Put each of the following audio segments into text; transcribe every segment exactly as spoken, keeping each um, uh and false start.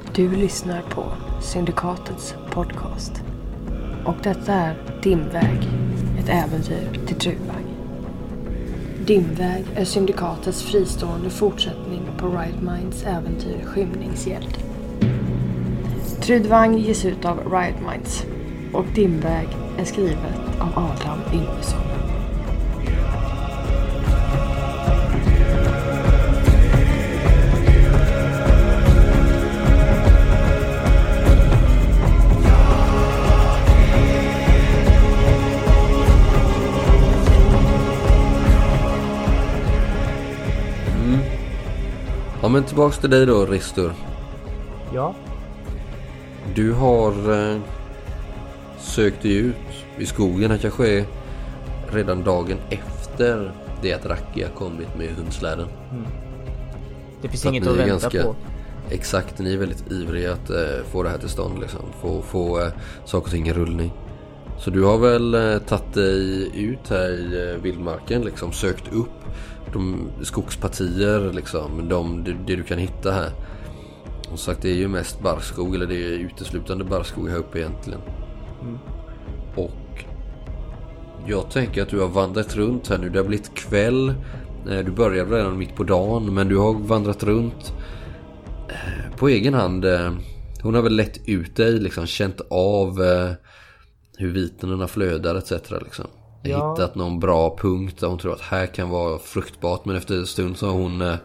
Du lyssnar på Syndikatets podcast. Och detta är Dimväg, ett äventyr till Trudvang. Dimväg är Syndikatets fristående fortsättning på Riot Minds äventyr Skymningsgäld. Trudvang ges ut av Riot Minds och Dimväg är skrivet av Adam Yngvesson. Ja, men tillbaks till dig då, Ristur. Ja. Du har eh, sökt dig ut i skogen. Det kanske är redan dagen efter det att Raki har kommit med hundsläden. Mm. Det finns så inget att, att, att vänta ganska, på. Exakt, ni är väldigt ivriga att eh, få det här till stånd liksom. Få, få eh, saker och ting i rullning. Så du har väl eh, tagit dig ut här i eh, vildmarken liksom, sökt upp de skogspartier liksom, de, det, det du kan hitta här. Som sagt, det är ju mest barrskog, eller det är uteslutande barrskog här uppe egentligen. Mm. Och jag tänker att du har vandrat runt här nu. Det har blivit kväll. Du började redan mitt på dagen, men du har vandrat runt på egen hand. Hon har väl lett ut dig liksom, känt av hur vitenerna flödar et cetera liksom. Ja. Hittat någon bra punkt där hon tror att här kan vara fruktbart, men efter en stund så har hon eh,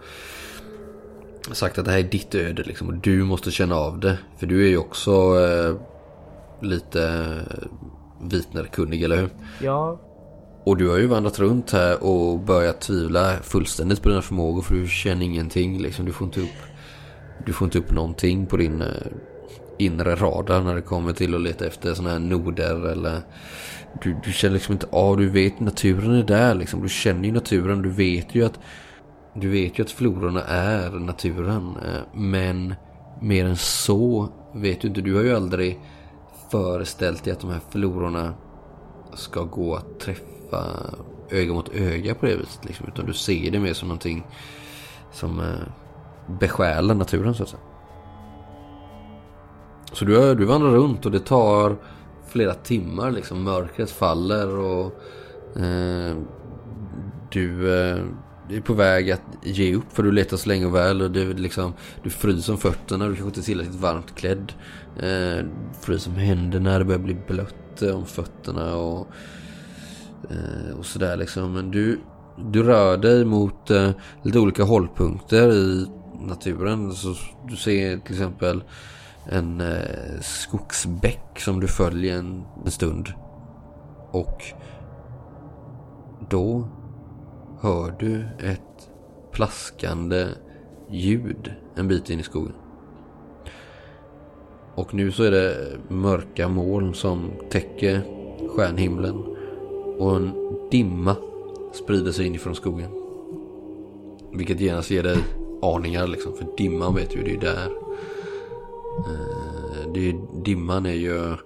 sagt att det här är ditt öde liksom, och du måste känna av det, för du är ju också eh, lite eh, vitnerkunnig, eller hur? Ja. Och du har ju vandrat runt här och börjat tvivla fullständigt på dina förmågor, för du känner ingenting liksom, du får inte upp du får inte upp någonting på din eh, inre radar när det kommer till att leta efter såna här noder, eller du, du känner liksom inte av, du vet naturen är där liksom, du känner ju naturen, du vet ju att du vet ju att flororna är naturen, men mer än så vet du inte. Du har ju aldrig föreställt dig att de här flororna ska gå att träffa öga mot öga på det viset liksom, utan du ser det mer som någonting som besjälar naturen så att säga. Så du, du vandrar runt och det tar flera timmar liksom, mörkret faller och eh, du eh, är på väg att ge upp, för du letar så länge och väl, och det, liksom, du fryser om fötterna, du kanske inte är tillräckligt varmt klädd, eh, fryser om händerna, det börjar bli blött eh, om fötterna och, eh, och sådär liksom. Men du, du rör dig mot eh, lite olika hållpunkter i naturen, så du ser till exempel en eh, skogsbäck som du följer en, en stund, och då hör du ett plaskande ljud en bit in i skogen. Och nu så är det mörka moln som täcker stjärnhimlen, och en dimma sprider sig inifrån skogen, vilket genast ger dig aningar liksom, för dimman vet ju, det är där. Det är, dimman är ju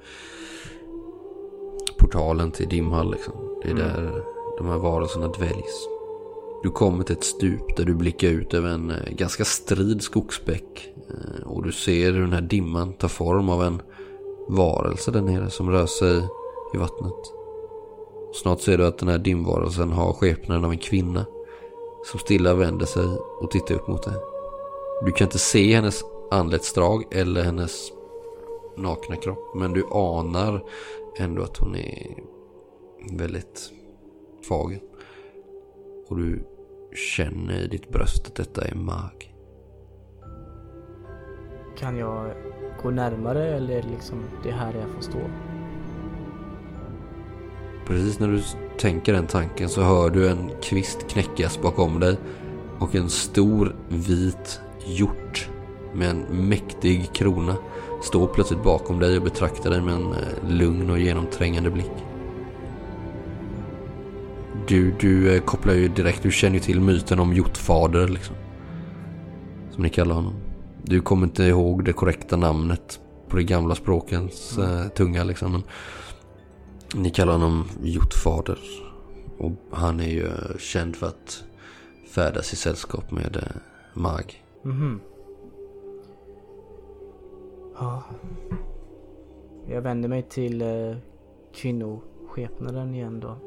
portalen till Dimhall liksom. Det är mm. där de här varelserna dväljs. Du kommer till ett stup där du blickar ut över en ganska strid skogsbäck, och du ser hur den här dimman tar form av en varelse där nere som rör sig i vattnet. Snart ser du att den här dimvarelsen har skepnaden av en kvinna som stilla vänder sig och tittar upp mot dig. Du kan inte se hennes anletsdrag eller hennes nakna kropp, men du anar ändå att hon är väldigt fager, och du känner i ditt bröst att detta är Mag. Kan jag gå närmare, eller är det liksom det här jag får stå? Precis när du tänker den tanken så hör du en kvist knäckas bakom dig, och en stor vit hjort med en mäktig krona står plötsligt bakom dig och betraktar dig med en lugn och genomträngande blick. Du, du kopplar ju direkt, du känner ju till myten om Hjortfader liksom, som ni kallar honom. Du kommer inte ihåg det korrekta namnet på det gamla språkens mm. äh, tunga liksom, men ni kallar honom Hjortfader, och han är ju känd för att färdas i sällskap med äh, Mag. Mhm. Ja. Jag vänder mig till eh, kvinnoskepnaden igen då.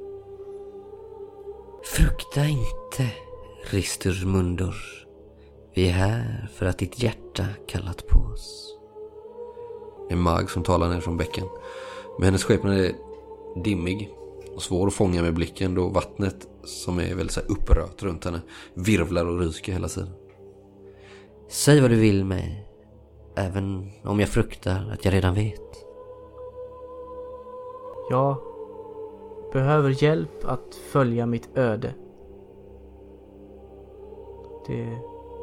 Frukta inte, Ristur Mundur. Vi är här för att ditt hjärta kallat på oss. Det är Mag som talar ner från bäcken. Men hennes skepnad är dimmig och svår att fånga med blicken, då vattnet som är väldigt så här upprört runt henne virvlar och ryker hela tiden. Säg vad du vill med, även om jag fruktar att jag redan vet. Jag behöver hjälp att följa mitt öde. Det...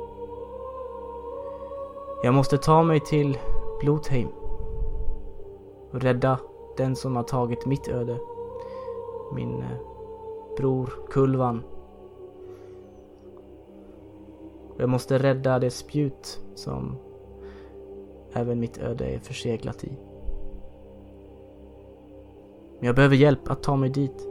Jag måste ta mig till Blotheim och rädda den som har tagit mitt öde. Min eh, bror Kulvan. Jag måste rädda det spjut som även mitt öde är förseglat i. Men jag behöver hjälp att ta mig dit.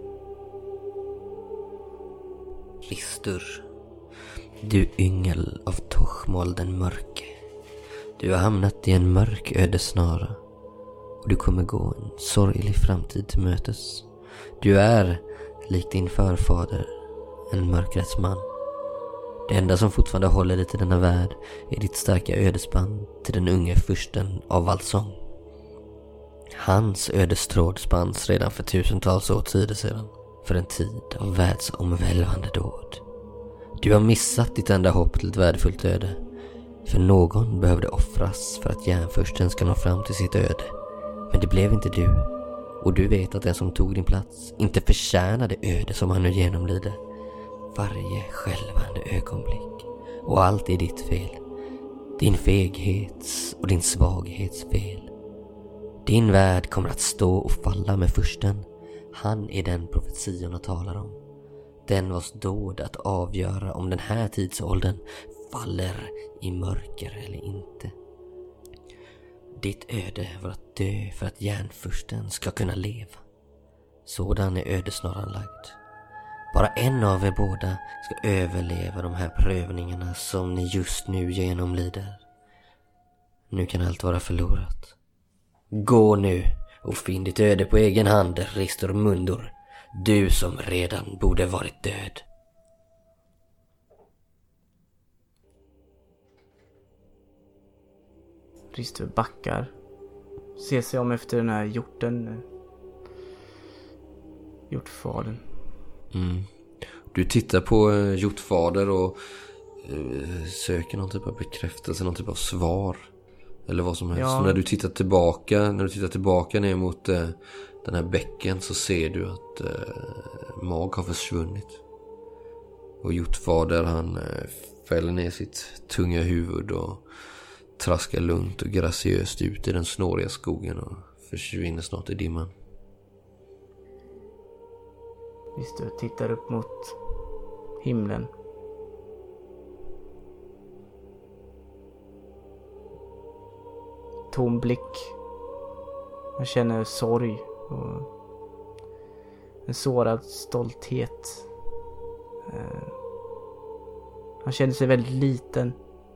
Ristur, du yngel av Tochmol den mörke. Du har hamnat i en mörk ödesnara och du kommer gå en sorglig framtid till mötes. Du är, likt din förfader, en mörkrets man. Det enda som fortfarande håller dig till denna värld är ditt starka ödesband till den unge fursten av Valsång. Hans ödestråd spanns redan för tusentals år tider sedan, för en tid av världsomvälvande dåd. Du har missat ditt enda hopp till ett värdefullt öde, för någon behövde offras för att järnfursten ska nå fram till sitt öde. Men det blev inte du, och du vet att den som tog din plats inte förtjänar det öde som han nu genomlider. Varje skälvande ögonblick, och allt är ditt fel. Din feghets och din svaghets fel. Din värld kommer att stå och falla med fursten. Han är den profetiorna talar om. Den vars dåd att avgöra om den här tidsåldern faller i mörker eller inte. Ditt öde var att dö för att järnfursten ska kunna leva. Sådan är ödesnarran lagd. Bara en av er båda ska överleva de här prövningarna som ni just nu genomlider. Nu kan allt vara förlorat. Gå nu och finn ditt öde på egen hand, Ristur Mundur. Du som redan borde varit död. Ristur backar. Ser sig om efter den här hjorten. Hjortfadern. Mm. Du tittar på eh, hjortfader och eh, söker någon typ av bekräftelse, någon typ av svar. Eller vad som helst. Ja. Så när du tittar tillbaka, när du tittar tillbaka ner mot eh, den här bäcken, så ser du att eh, Mag har försvunnit. Och hjortfader, han eh, fäller ner sitt tunga huvud och traskar lugnt och graciöst ut i den snåriga skogen och försvinner snart i dimman. Visst, du tittar upp mot himlen. Tom blick. Man känner sorg och en sårad stolthet. Han känner sig väldigt liten.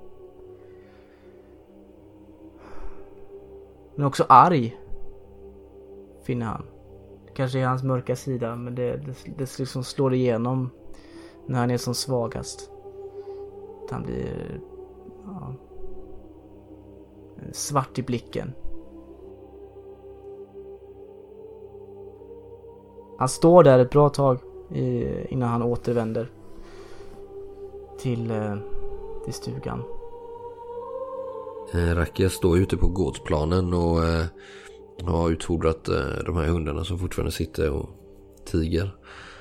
Men också arg, finner han. Det kanske är hans mörka sida, men det, det, det liksom slår igenom när han är som svagast. Att han blir ja, svart i blicken. Han står där ett bra tag i, innan han återvänder till, till stugan. Eh, Rakia står ute på gårdsplanen och eh, har utfodrat eh, de här hundarna som fortfarande sitter och tiger.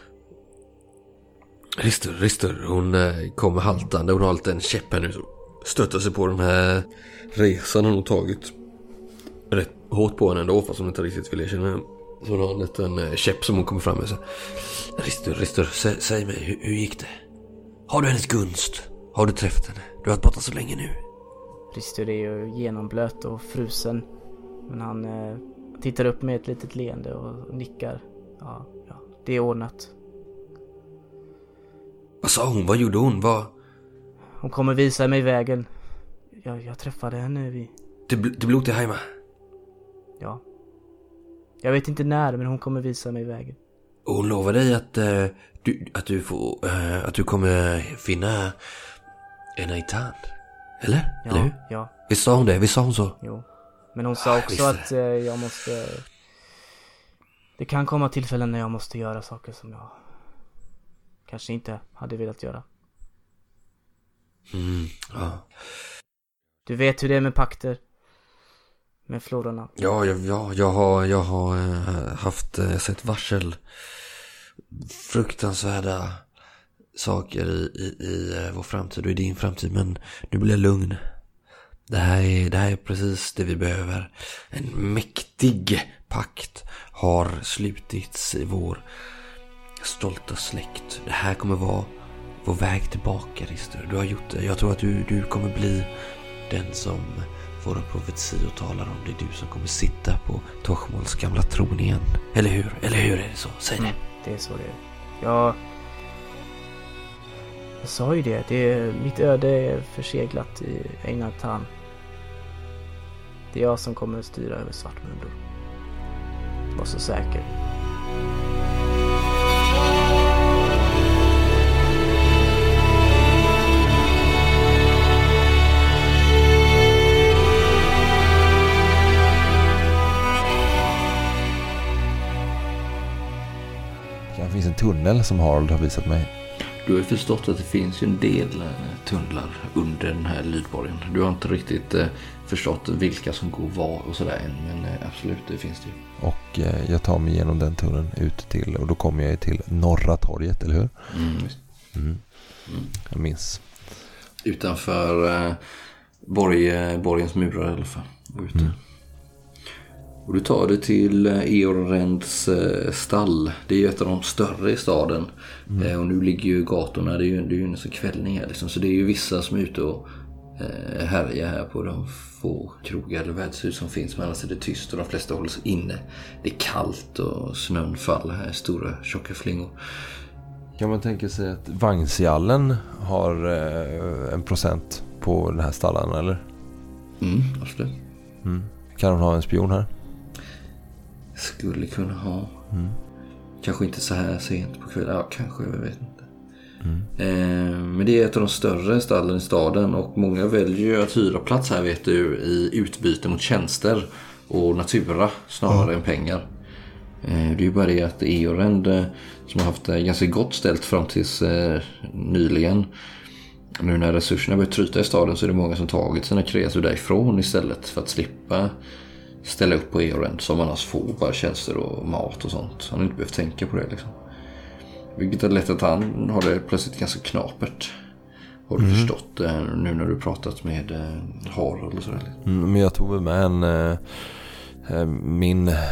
Ristur, Ristur, hon eh, kommer haltande. Hon har alltid en käpp här nu, så stöttar sig på den här resan hon har tagit rätt hårt på henne ändå, fast hon inte riktigt vill erkänna. Så hon har en liten eh, käpp som hon kommer fram med. Så. Ristur, Ristur, sä, säg mig, hur, hur gick det? Har du hennes gunst? Har du träffat henne? Du har varit borta så länge nu. Ristur är ju genomblöt och frusen. Men han eh, tittar upp med ett litet leende och nickar. Ja, ja, det är ordnat. Vad sa hon? Vad gjorde hon? Vad? Hon kommer visa mig vägen. Jag, jag träffade henne vid, till, till Blotigheima. Ja. Jag vet inte när, men hon kommer visa mig vägen. Och hon lovar dig att, uh, du, att, du får, uh, att du kommer finna en Aitan. Eller? Ja, Eller hur? ja. Visst sa hon det? Visst sa hon så? Jo. Men hon sa också att uh, jag måste... Det kan komma tillfällen när jag måste göra saker som jag kanske inte hade velat göra. Mm, ja. Du vet hur det är med pakter. Med flororna. Ja, ja, ja jag har, jag har äh, haft äh, sett varsel. Fruktansvärda saker i, i, i äh, vår framtid och i din framtid. Men nu blir jag lugn. Det här, är, det här är precis det vi behöver. En mäktig pakt har slutits i vår stolta släkt. Det här kommer vara vår väg tillbaka, Rister. Du har gjort det. Jag tror att du, du kommer bli den som våra profetior talar om. Det är du som kommer sitta på Tochmols gamla tron igen. Eller hur? Eller hur är det så? Säg det. Mm, det är så det är. Jag... Jag sa ju det. det är, mitt öde är förseglat i Einartan. Det är jag som kommer att styra över Svartmundo. Var så säker. Det finns en tunnel som Harald har visat mig. Du har ju förstått att det finns ju en del tunnlar under den här lydborgen. Du har inte riktigt eh, förstått vilka som går var och sådär än, men eh, absolut, det finns det ju. Och eh, jag tar mig igenom den tunneln ut till, och då kommer jag till Norra torget, eller hur? Mm, just. Mm. Mm. Jag minns. Utanför eh, borg, borgens murar i alla fall. Ute. Mm. Och du tar dig till Eorens stall. Det är ju ett av de större i staden. Mm. Eh, och nu ligger ju gatorna, det är ju, det är ju nästan kvällning här liksom. Så det är ju vissa som är ute och eh, härjar här på de få krogar eller värdshus som finns. Men annars är det tyst och de flesta håller sig inne. Det är kallt och snön faller här, stora tjocka flingor. Kan man tänka sig att vagnsjallen har eh, en procent på den här stallen, eller? Mm, absolut. Mm. Kan de ha en spion här? Skulle kunna ha. Mm. Kanske inte så här sent på kvällen. Ja, kanske, jag vet inte. Mm. Eh, men det är ett av de större stallen i staden. Och många väljer ju att hyra plats här, vet du, i utbyte mot tjänster och natura snarare mm. än pengar. Eh, det är ju bara det att Eorend, eh, som har haft det ganska gott ställt fram tills eh, nyligen. Nu när resurserna börjar tryta i staden så är det många som tagit sina kreatur därifrån istället för att slippa ställa upp på Eorend som annars får bara tjänster och mat och sånt. Han har inte behövt tänka på det liksom. Vilket är lätt att han har det plötsligt ganska knapert. Har du mm. förstått det nu när du pratat med eh, Harald och sådär? Mm, men jag tog väl med en eh, min eh,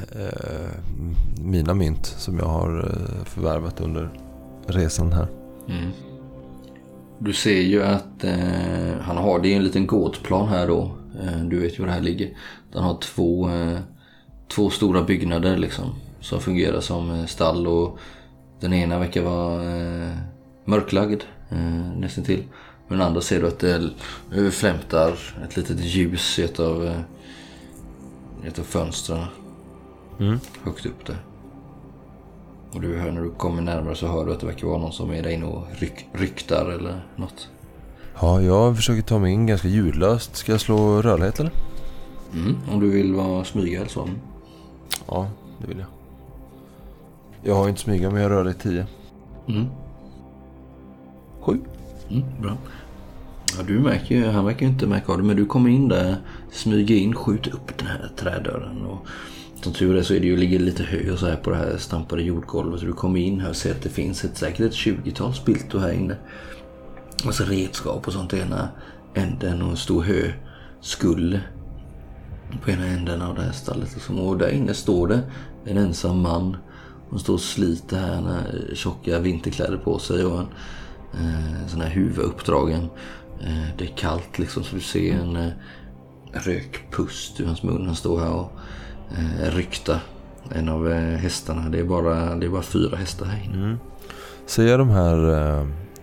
mina mynt som jag har eh, förvärvat under resan här. Mm. Du ser ju att eh, han har, det är en liten gårdsplan här då. Eh, du vet ju var det här ligger. Han har två, eh, två stora byggnader liksom, som fungerar som eh, stall, och den ena verkar vara eh, mörklagd eh, nästan till. Men den andra ser du att det flämtar ett litet ljus i ett av, eh, ett av fönstren mm. högt upp där. Och du hör, när du kommer närmare så hör du att det verkar vara någon som är där inne och ryk, ryktar eller något. Ja, jag försöker ta mig in ganska ljudlöst. Ska jag slå rörlighet eller? Mm, om du vill vara smyga eller så. Ja, det vill jag. Jag har inte smyga, men jag rör dig tio. Mm. Sju. Mm, bra. Ja, du märker ju, han verkar ju inte märka av det, men du kommer in där, smyger in, skjuter upp den här trädörren, och som tur är så är det ju, ligger lite hö och så här på det här stampade jordgolvet, så du kommer in här och ser att det finns ett, säkert ett tjugotal spiltor här inne. Och så redskap och sånt i ena änden och en stor hö skull på ena änden av det här stallet. Och där inne står det en ensam man. Hon står och sliter här med tjocka vinterkläder på sig och en eh, sån här huvud uppdragen. Eh, det är kallt liksom, så du ser en eh, rökpust ur hans mun. Han står här och eh, ryktar en av eh, hästarna. Det är bara, det är bara fyra hästar här inne. Mm. Ser jag de här... Eh...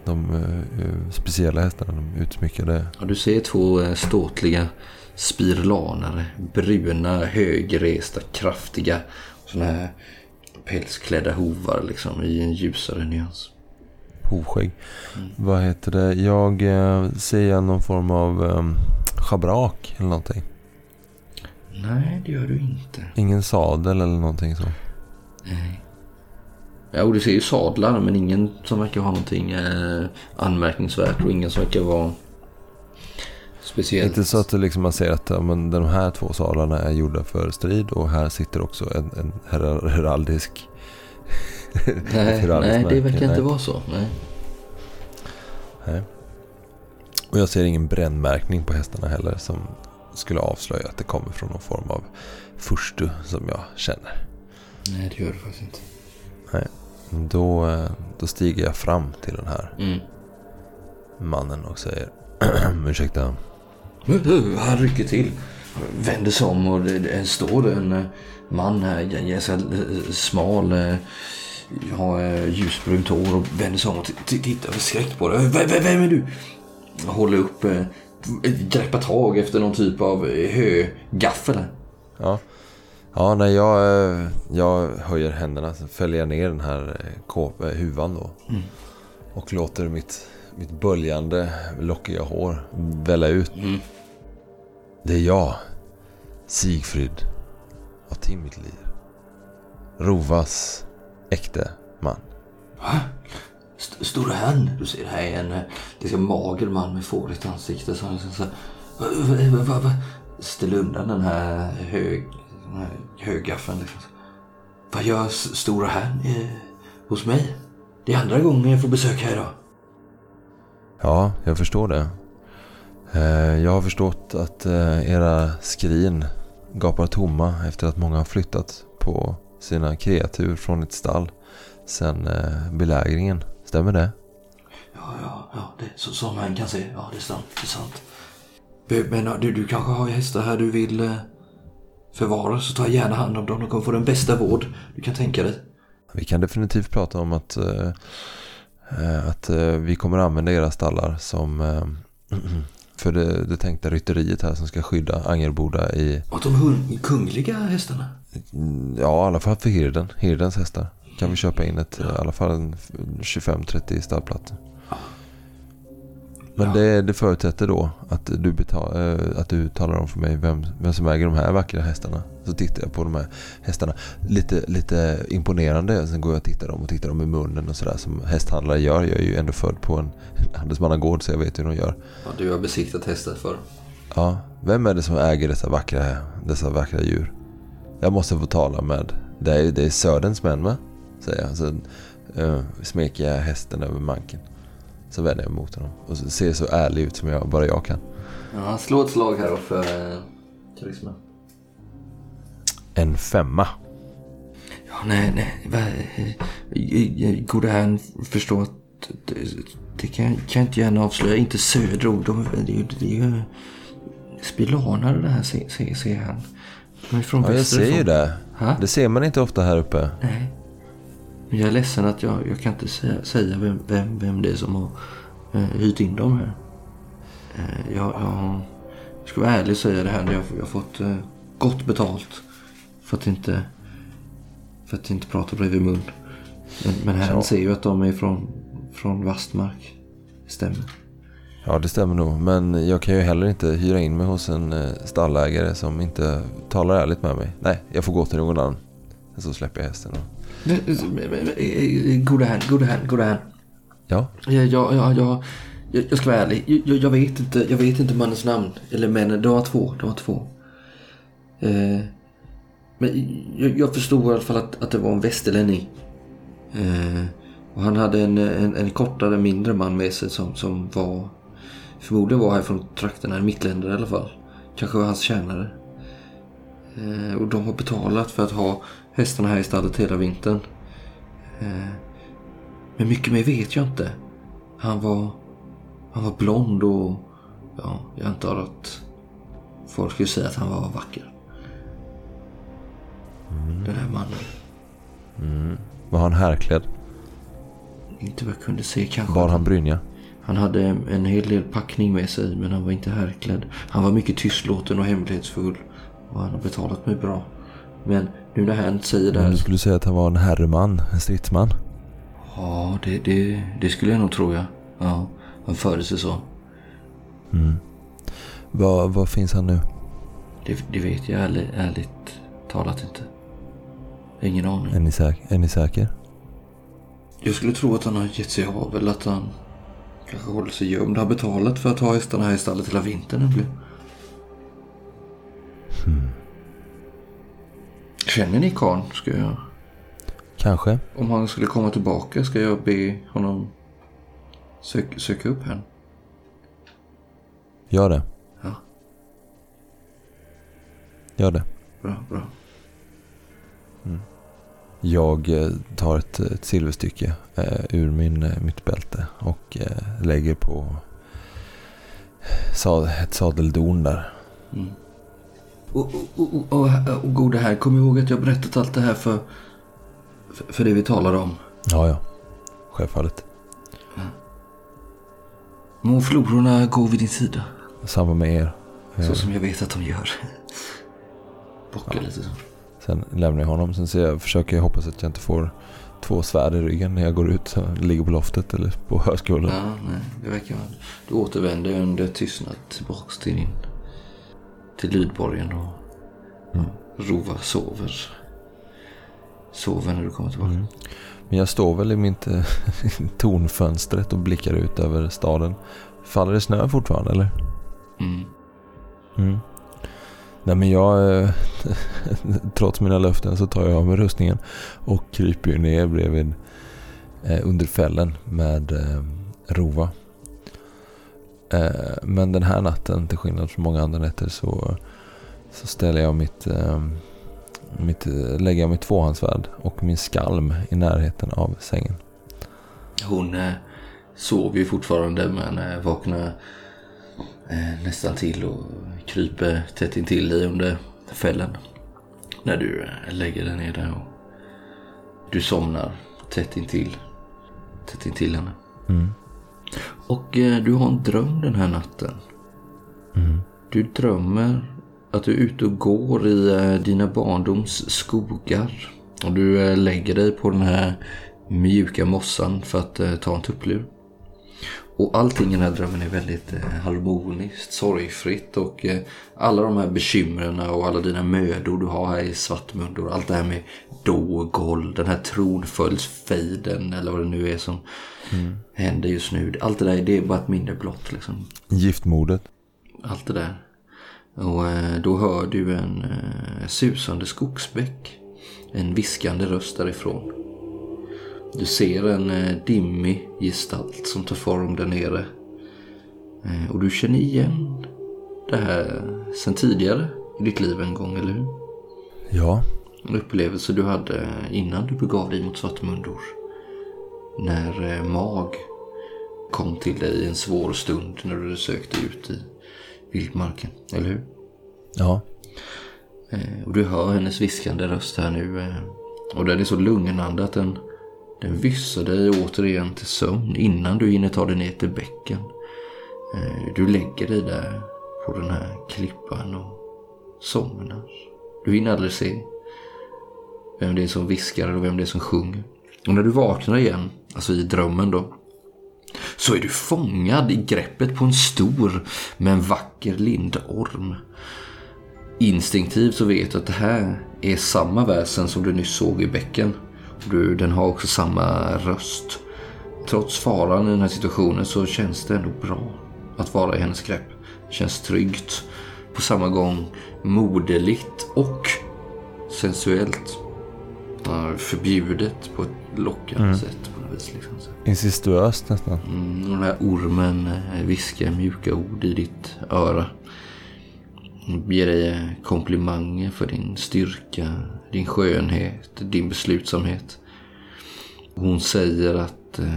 De uh, speciella hästarna, de utsmyckade. Ja, du ser två uh, ståtliga spirlanare. Bruna, högresta, kraftiga. Såna här pälsklädda hovar liksom i en ljusare nyans. Hovskägg. Mm. Vad heter det? Jag uh, ser någon form av um, schabrak eller någonting. Nej, det gör du inte. Ingen sadel eller någonting så. Nej. Ja, och du ser ju sadlar, men ingen som verkar ha någonting eh, anmärkningsvärt och ingen som verkar vara speciellt. Inte så att det liksom man ser att ja, men de här två sadlarna är gjorda för strid och här sitter också en, en heraldisk nej, nej, det verkar nej. inte vara så. Nej. Nej. Och jag ser ingen brännmärkning på hästarna heller som skulle avslöja att det kommer från någon form av furstu som jag känner. Nej, det gör det faktiskt inte. Nej. Då, då stiger jag fram till den här mm. mannen och säger ursäkta. Han rycker till. Vänder sig om och det, det står en man här, ganska smal, har ljusbrunt hår och vänder sig om och t- tittar skräckt på det. V- v- vem är du? Jag håller upp, greppar tag efter någon typ av högaffel. Ja. Ja, när jag, jag höjer händerna så fäller jag ner den här kåp, huvan då. Mm. Och låter mitt, mitt böljande, lockiga hår välla ut. Mm. Det är jag, Sigfrid av Timmitlir. Rovas äkte man. Va? St- Stora herrn, du ser, det här är en ganska mager man med fårigt ansikte. Så, så, så, va, va, va, va? Ställ undan den här hög... högaffeln liksom. Vad gör stora herrn eh, hos mig? Det är andra gången jag får besök här idag. Ja, jag förstår det. Eh, jag har förstått att eh, era skrin gapar tomma efter att många har flyttat på sina kreatur från ett stall sen eh, belägringen. Stämmer det? Ja, ja, ja. Det, så, som man kan se. Ja, det är sant. Det är sant. Men du, du kanske har hästar här du vill... Eh... förvara, så ta gärna hand om dem. De kommer få den bästa vård du kan tänka dig. Vi kan definitivt prata om att, äh, att äh, vi kommer använda era stallar som äh, för det, det tänkta rytteriet här som ska skydda Angerboda i... Och de hund, kungliga hästarna? Ja, i alla fall för hirden. Hirdens hästar. Kan vi köpa in ett, ja. I alla fall en tjugofem trettio stallplatser. Ja. Men ja. det, det förutsätter då att du, betal, äh, att du talar om för mig vem, vem som äger de här vackra hästarna. Så tittar jag på de här hästarna. Lite, lite imponerande. Sen går jag och tittar dem och tittar dem i munnen och sådär som hästhandlare gör. Jag är ju ändå född på en handelsmannagård så jag vet hur de gör. Ja, du har besiktat hästar för. Ja, vem är det som äger dessa vackra, dessa vackra djur? Jag måste få tala med. Det är, det är Söderns män, va? Säger jag. Så uh, smeker jag hästen över manken. Så vänder jag mot honom. Och så ser så ärlig ut som jag, bara jag kan. Ja, slå ett slag här då för eh, turismen. En femma. Ja, nej, nej. Gode herrn förstår att det, det kan, kan jag inte gärna avslöja. Inte söderord. De, det, det, det är ju spilanare det här, ser, ser, ser han. De är från ja, jag ser ju det. Ha? Det ser man inte ofta här uppe. Nej. Men jag är ledsen att jag, jag kan inte säga, säga vem, vem, vem det är som har eh, hyrt in dem här. Eh, jag, jag, jag ska vara ärlig och säga det här. Jag, jag har fått eh, gott betalt för att inte för att inte prata bredvid mun. Men, men här ja. Ser ju att de är från, från Vastmark. Det stämmer. Ja, det stämmer nog. Men jag kan ju heller inte hyra in mig hos en eh, stallägare som inte talar ärligt med mig. Nej, jag får gå till någon annan. Så släpper jag hästen. Och... Gode herrn, gode herrn, gode herrn. Ja? Ja, ja, ja, ja. Jag, jag ska vara ärlig. Jag, jag vet inte, jag vet inte mannens namn. Eller männen, det var två, det var två. Eh, men jag, jag förstod i alla fall att, att det var en västerlänning. Eh, och han hade en, en, en kortare, mindre man med sig som, som var... Förmodligen var här från trakterna, en mittländer i alla fall. Kanske var hans tjänare. Eh, och de har betalat för att ha hästarna här i stallet hela vintern. Eh, men mycket mer vet jag inte. Han var han var blond och ja, jag antar att folk skulle säga att han var vacker. Mm. Den här mannen. Mm. Var han härklädd? Inte vad jag kunde se kanske. Bar han brynja? Han hade en hel del packning med sig, men han var inte härklädd. Han var mycket tystlåten och hemlighetsfull. Och han har betalat mig bra. Men nu när han säger det här... Du skulle säga att han var en herreman, en stridsman? Ja, det, det, det skulle jag nog tro, ja. Ja, han förde sig så. Mm. Var, var finns han nu? Det, det vet jag ärligt, ärligt talat inte. Ingen aning. Är ni, säk- är ni säker? Jag skulle tro att han har gett sig av, eller att han kanske håller sig gömd. Han har betalat för att ha hästarna här i stallet hela vintern. Hmm. Känner ni karln? Ska jag... Kanske. Om han skulle komma tillbaka ska jag be honom sök, söka upp henne. Gör det. Ja. Gör det. Bra, bra. Mm. Jag eh, tar ett, ett silverstycke eh, ur min, eh, mitt bälte och eh, lägger på sad, ett sadeldon där. Mm. Och, och, och, och, och gode här, kom ihåg att jag har berättat allt det här för, för, för det vi talar om. Ja, ja. Självfallet. Ja. Må flororna gå vid din sida. Samma med er. Så som jag vet att de gör. Bocka ja. Lite så. Sen lämnar jag honom. Sen så jag, försöker jag hoppas att jag inte får två svärd i ryggen när jag går ut. Så ligger på loftet eller på hörskullen. Ja, nej. Det verkar vara. Du återvänder under tystnad tillbaks till din... Till lydborgen och... Mm. Rova sover. Sover när du kommer tillbaka. Mm. Men jag står väl i mitt tornfönstret och blickar ut över staden. Faller det snö fortfarande eller? Mm. Mm. Nej men jag trots mina löften så tar jag av mig rustningen och kryper ner bredvid eh, under fällen med eh, Rova. Eh, men den här natten, till skillnad från många andra nätter, så, så ställer jag mitt, eh, mitt lägger jag mitt tvåhandsvärd och min skalm i närheten av sängen. Hon eh, sov ju fortfarande men eh, vaknar eh, nästan till och kryper tätt intill dig under fällen när du eh, lägger dig ner där och du somnar tätt intill tätt intill henne. Mm. Och eh, du har en dröm den här natten. Mm. Du drömmer att du är ute och går i eh, dina barndoms skogar och du eh, lägger dig på den här mjuka mossan för att eh, ta en tupplur. Och allting i den här drömmen är väldigt eh, harmoniskt, sorgfritt och eh, alla de här bekymren och alla dina mödor du har här i Svartmundor, allt det här med Dågål, den här tronföljdsfejden eller vad det nu är som mm. händer just nu. Allt det där, det är bara ett mindre blott liksom. Giftmordet. Allt det där. Och eh, då hör du en eh, susande skogsbäck, en viskande röst därifrån. Du ser en eh, dimmig gestalt som tar form där nere. Eh, och du känner igen det här sen tidigare i ditt liv en gång, eller hur? Ja. En upplevelse du hade innan du begav dig mot Svartmundor. När eh, Mag kom till dig i en svår stund när du sökte ut i vildmarken, eller hur? Ja. Eh, och du hör hennes viskande röst här nu. Eh, och den är så lugnande att den Den vyssar dig återigen till sömn innan du hinner ta dig ner till bäcken. Du lägger dig där på den här klippan och somnar. Du hinner aldrig se vem det är som viskar och vem det är som sjunger. Och när du vaknar igen, alltså i drömmen då, så är du fångad i greppet på en stor men vacker lindorm. Instinktivt så vet du att det här är samma väsen som du nyss såg i bäcken. Du, den har också samma röst. Trots faran i den här situationen så känns det ändå bra att vara i hennes grepp. Det känns tryggt, på samma gång moderligt och sensuellt. Förbjudet på ett lockande mm. sätt på något vis. Liksom. Incestuöst nästan. Mm, och den här ormen viskar mjuka ord i ditt öra. Ger dig komplimanger för din styrka, din skönhet, din beslutsamhet. Hon säger att eh,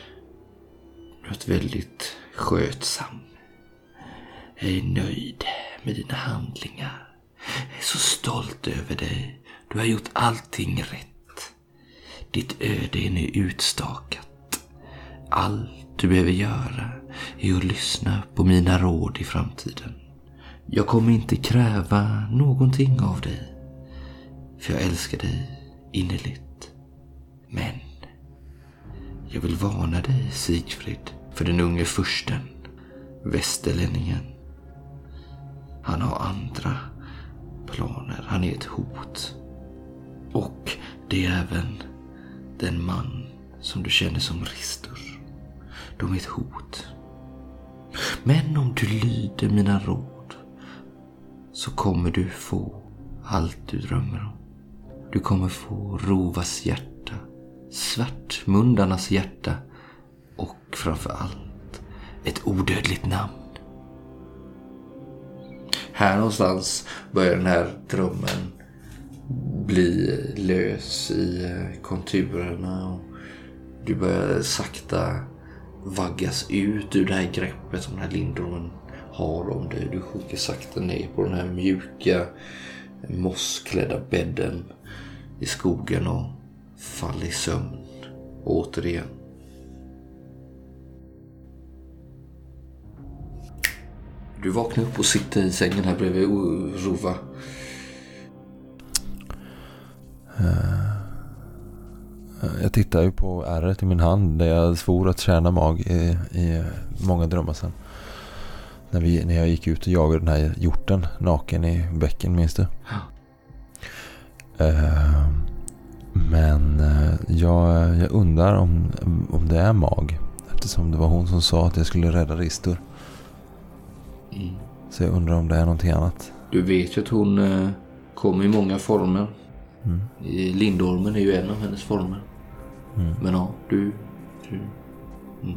du är ett väldigt skötsam. Jag är nöjd med dina handlingar. Jag är så stolt över dig. Du har gjort allting rätt. Ditt öde är nu utstakat. Allt du behöver göra är att lyssna på mina råd i framtiden. Jag kommer inte kräva någonting av dig, för jag älskar dig innerligt. Men jag vill varna dig, Sigfrid, för den unge fursten, västerlänningen. Han har andra planer, han är ett hot. Och det är även den man som du känner som Ristur. De är ett hot. Men om du lyder mina råd så kommer du få allt du drömmer om. Du kommer få Rovas hjärta, Svartmundarnas hjärta och framför allt ett odödligt namn. Här någonstans börjar den här drömmen bli lös i konturerna och du börjar sakta vaggas ut ur det här greppet som den här lindormen har om dig. Du sjunker sakta ner på den här mjuka mossklädda bädden i skogen och faller i sömn återigen. Du vaknar upp och sitter i sängen här bredvid Rova. Jag tittar ju på ärret i min hand där jag svor att tjäna mag i, i många drömmar sedan. När, vi, när jag gick ut och jagade den här hjorten naken i bäcken, minns du? Ja. Uh, men uh, jag, jag undrar om, om det är mag. Eftersom det var hon som sa att jag skulle rädda Ristur. Mm. Så jag undrar om det är någonting annat. Du vet ju att hon uh, kommer i många former. Mm. Lindormen är ju en av hennes former. Mm. Men ja, du, du mm.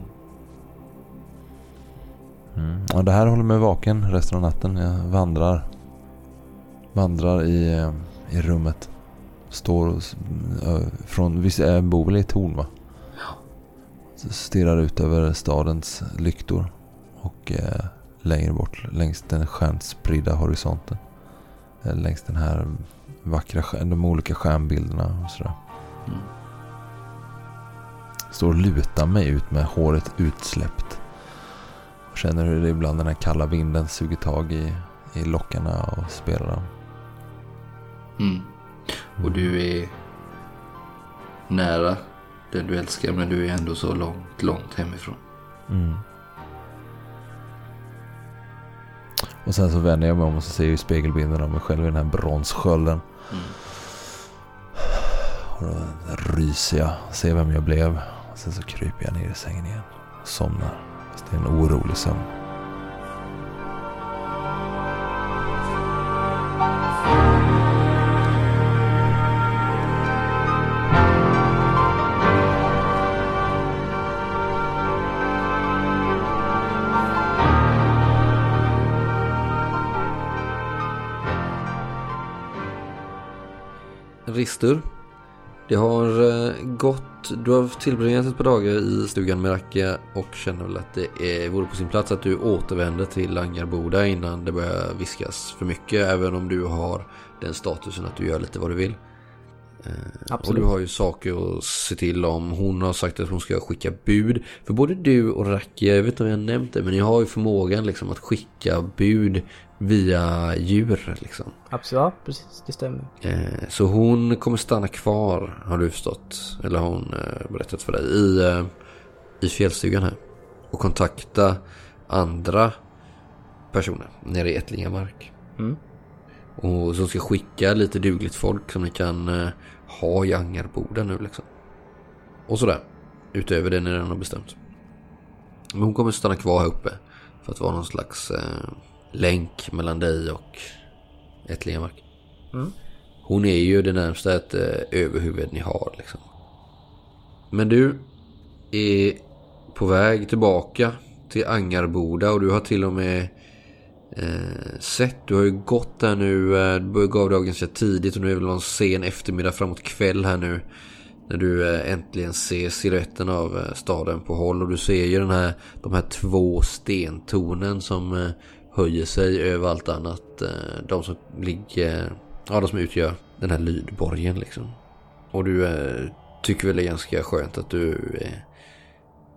Mm. Och det här håller mig vaken resten av natten. Jag vandrar Vandrar i, i rummet. Står och, från, visst är bor väl i ett torn, va? Ja. Så stirrar ut över stadens lyktor. Och eh, längre bort längs den stjärnspridda horisonten. Eh, längs den här vackra, de olika stjärnbilderna och sådär. Mm. Står och lutar mig ut med håret utsläppt. Och känner hur det ibland den här kalla vinden suger tag i, i lockarna och spelar dem. Mm. Och du är nära den du älskar, men du är ändå så långt, långt hemifrån. Mm. Och sen så vänder jag mig om och så ser jag ju spegelbilden av mig själv i den här bronsskölden. Mm. Och då ryser jag, ser vem jag blev. Och sen så kryper jag ner i sängen igen och somnar. Fast det är en orolig sömn. Ristur, det har gått, du har tillbringat ett par dagar i stugan med Rakia och känner väl att det är, vore på sin plats att du återvänder till Angarboda innan det börjar viskas för mycket, även om du har den statusen att du gör lite vad du vill. Absolut. Och du har ju saker att se till om. Hon har sagt att hon ska skicka bud. För både du och Rakia, jag vet inte om jag har nämnt det, men ni har ju förmågan liksom att skicka bud via djur liksom. Absolut, ja, precis, det stämmer. eh, Så hon kommer stanna kvar, har du förstått, eller har hon eh, berättat för dig, i, eh, i fjällstugan här och kontakta andra personer nere i Ättlingamark. Mm. Och som ska skicka lite dugligt folk som ni kan eh, ha i Angarboda nu liksom. Och sådär, utöver det ni redan har bestämt. Men hon kommer stanna kvar här uppe för att vara någon slags eh, länk mellan dig och Ättlingamark. Mm. Hon är ju det närmsta ett eh, överhuvud ni har liksom. Men du är på väg tillbaka till Angarboda och du har till och med eh, sett, du har ju gått där nu, eh, du börjar gå av dagen ganska tidigt och nu är det väl en sen eftermiddag framåt kväll här nu när du eh, äntligen ser silhuetten av eh, staden på håll och du ser ju den här, de här två stentornen som eh, höjer sig över allt annat, eh, de som ligger, ja, de som utgör den här lydborgen liksom. Och du eh, tycker väl det är ganska skönt att du eh,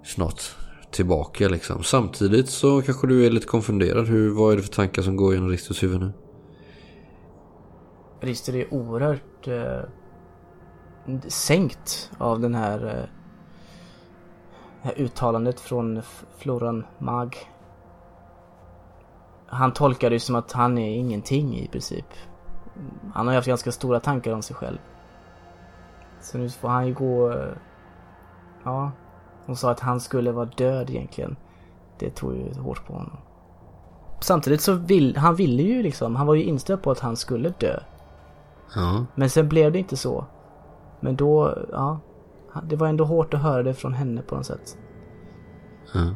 snart tillbaka liksom. Samtidigt så kanske du är lite konfunderad. Hur, vad är det för tankar som går genom Risters huvud nu? Rister är oerhört eh, sänkt av den här, eh, det här uttalandet från Floran Mag. Han tolkar det som att han är ingenting i princip. Han har haft ganska stora tankar om sig själv. Så nu får han ju gå... Eh, ja, hon sa att han skulle vara död egentligen. Det tog ju hårt på honom. Samtidigt så vill han ville ju liksom, han var ju inställd på att han skulle dö. Ja. Men sen blev det inte så. Men då, ja, det var ändå hårt att höra det från henne på något sätt. Ja.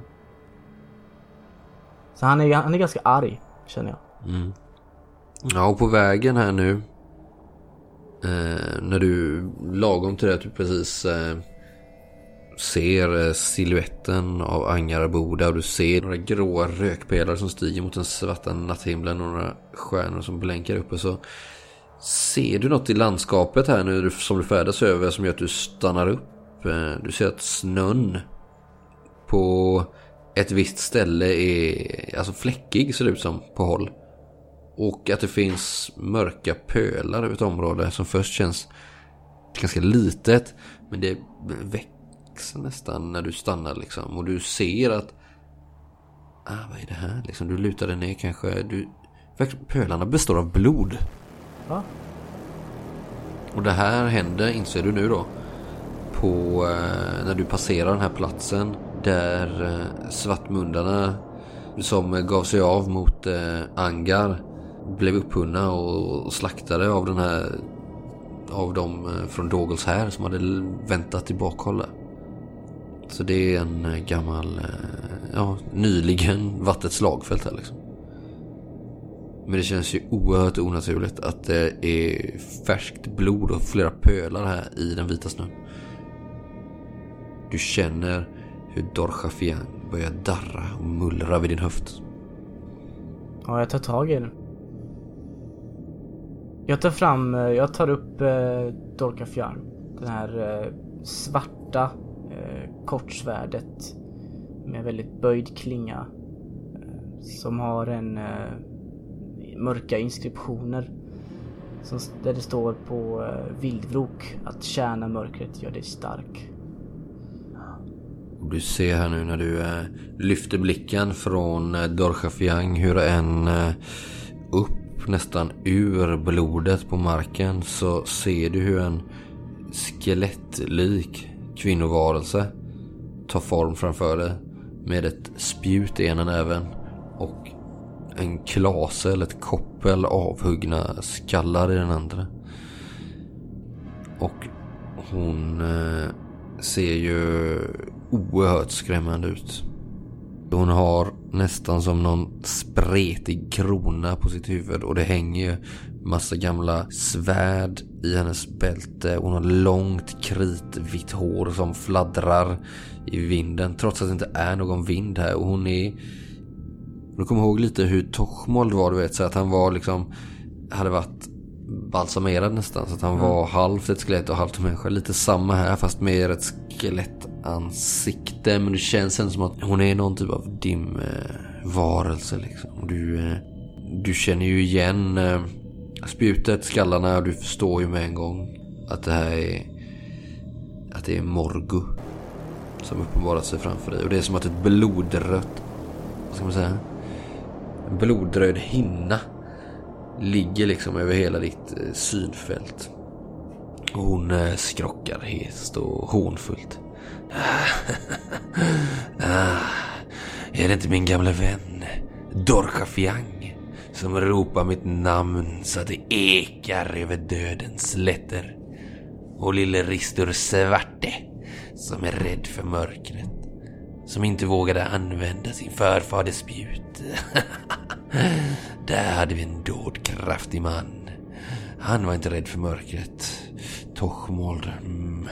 Så han är, han är ganska arg, känner jag. Mm. Ja, och på vägen här nu, eh, när du lagom till det att du precis eh, ser eh, siluetten av Angarboda, och du ser några gråa rökpelare som stiger mot den svarta natthimlen och några stjärnor som blänkar uppe, så ser du något i landskapet här nu som du färdas över som gör att du stannar upp. Du ser att snön på ett visst ställe är alltså fläckig, ser det ut som på håll. Och att det finns mörka pölar över ett område som först känns ganska litet, men det växer nästan när du stannar liksom. Och du ser att ah, vad är det här? Liksom, du lutar dig ner kanske. Du, pölarna består av blod. Va? Och det här händer, inser du nu då, på eh, när du passerar den här platsen där eh, svartmundarna som gav sig av mot eh, Angar blev upphunna och, och slaktade av den här av dem eh, från Dogels här som hade väntat i bakhålla. Så det är en eh, gammal eh, ja, nyligen vattnet slagfält här liksom. Men det känns ju oerhört onaturligt att det är färskt blod och flera pölar här i den vita snön. Du känner hur Dorchafiang börjar darra och mullra vid din höft. Ja, jag tar tag i den. Jag tar fram, jag tar upp eh, Dorchafiang. Den här eh, svarta eh, kortsvärdet med väldigt böjd klinga. Eh, som har en... Eh, mörka inskriptioner som, där det står på uh, vildvrok att tjäna mörkret gör dig stark. Och du ser här nu när du uh, lyfter blicken från uh, Dorchafiang hur en uh, upp nästan ur blodet på marken, så ser du hur en skelettlik kvinnovarelse tar form framför dig med ett spjut i ena näven och en klase eller ett koppel avhuggna skallar i den andra. Och hon eh, ser ju oerhört skrämmande ut. Hon har nästan som någon spretig krona på sitt huvud, och det hänger massa gamla svärd i hennes bälte. Hon har långt kritvitt hår som fladdrar i vinden trots att det inte är någon vind här. Och hon är... Du kommer ihåg lite hur Torchmold var, du vet, så att han var liksom hade varit balsamerad nästan, så att han mm. var halvt ett skelett och halvt människa. Lite samma här fast med ett skelettansikte, men det känns ändå som att hon är någon typ av dim eh, varelse liksom. Och du eh, du känner ju igen eh, spjutet, skallarna, och du förstår ju med en gång att det här är att det är Morgu som uppenbarar sig framför dig. Och det är som att ett blodrött, vad ska man säga, en blodröd hinna ligger liksom över hela ditt eh, synfält. Och hon eh, skrockar hest och hånfullt. ah, är det inte min gamla vän Dorchafiang som ropar mitt namn så att det ekar över dödens slätter? Och lille Ristur Svarte som är rädd för mörkret, som inte vågade använda sin förfaders spjut. Där hade vi en dådkraftig man. Han var inte rädd för mörkret. Torchmold, mm,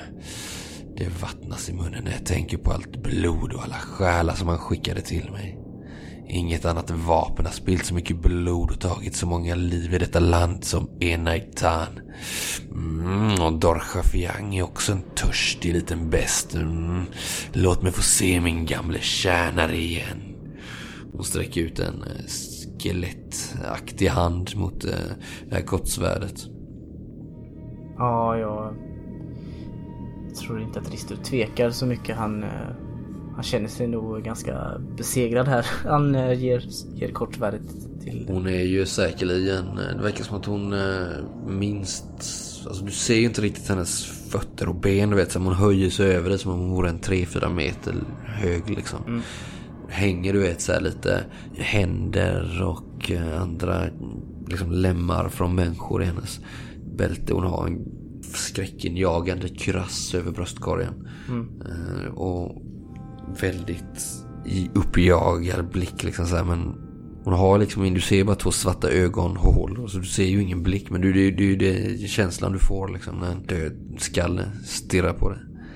det vattnas i munnen när jag tänker på allt blod och alla själar som han skickade till mig. Inget annat vapen har spilt så mycket blod och tagit så många liv i detta land som Enaitan. Mm, och Dorchafiang är också en törstig liten bäst. Mm, låt mig få se min gamla tjänare igen. Hon sträcker ut en skelettaktig hand mot eh, det här kortsvärdet. Ja, jag tror inte att Ristur tvekar så mycket. Han, han känner sig nog ganska besegrad här. Han ger, ger kortsvärdet till... Hon är ju säkerligen... Det verkar som att hon minst... Alltså du ser ju inte riktigt hennes fötter och ben. Du vet, som hon höjer sig över det som om hon vore en tre fyra meter hög liksom. Mm. Hänger du vet så här lite händer och andra liksom lemmar från människor i hennes bälte. Hon har en skräckinjagande krass över bröstkorgen. Mm. Uh, och väldigt i uppjagad blick liksom så här, men hon har liksom, du ser bara två svarta ögonhål och så du ser ju ingen blick, men det är ju det, det känslan du får liksom när en död skalle stirrar på dig.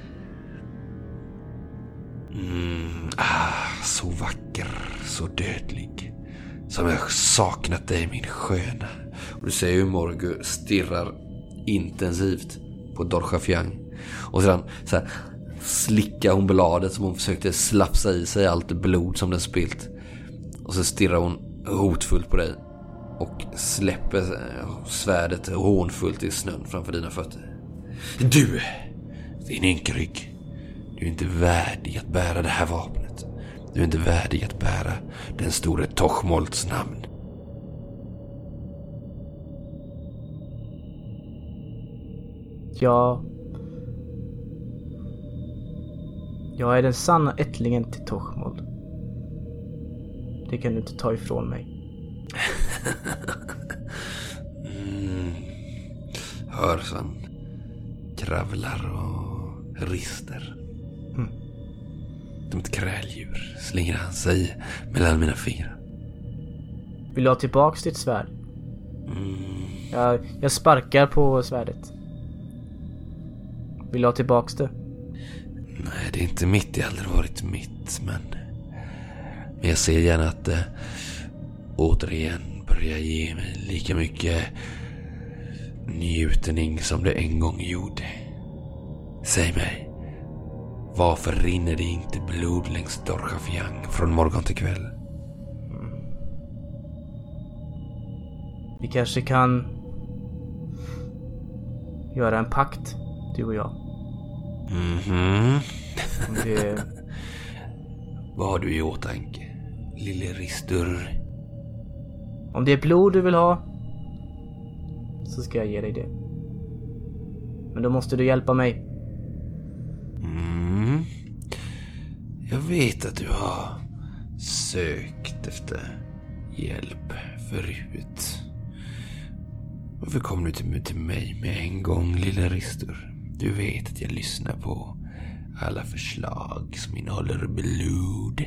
Mm, ah, så vacker, så dödlig, som jag saknat dig min sköna. Och du ser ju Morgu stirrar intensivt på Dorchafiang. Och sedan så här, slickar hon bladet som hon försökte slapsa i sig allt blod som den spilt. Och så stirrar hon hotfullt på dig och släpper svärdet hånfullt i snön framför dina fötter. Du, din ynkrygg, du är inte värdig att bära det här vapnet. Du är inte värdig att bära den store Tochmolds namn. Ja. Jag är den sanna ättlingen till Tochmold. Det kan du inte ta ifrån mig. mm. Hör sen. Kravlar och rister. Mm. Som ett kräldjur slänger han sig mellan mina fingrar. Vill du ha tillbaks ditt svärd? Mm. Jag, jag sparkar på svärdet. Vill du ha tillbaks det? Nej, det är inte mitt. Det har aldrig varit mitt. Men, men jag ser gärna att det återigen börjar ge mig lika mycket njutning som det en gång gjorde. Säg mig, varför rinner det inte blod längs Dorchafiang från morgon till kväll? Mm. Vi kanske kan göra en pakt, du och jag. Mhm. Det... Vad har du i åtanke, lille Ristur? Om det är blod du vill ha, så ska jag ge dig det. Men då måste du hjälpa mig. Mm. Jag vet att du har sökt efter hjälp förut. Varför kom du till, till mig med en gång, lilla Ristur? Du vet att jag lyssnar på alla förslag som innehåller blod.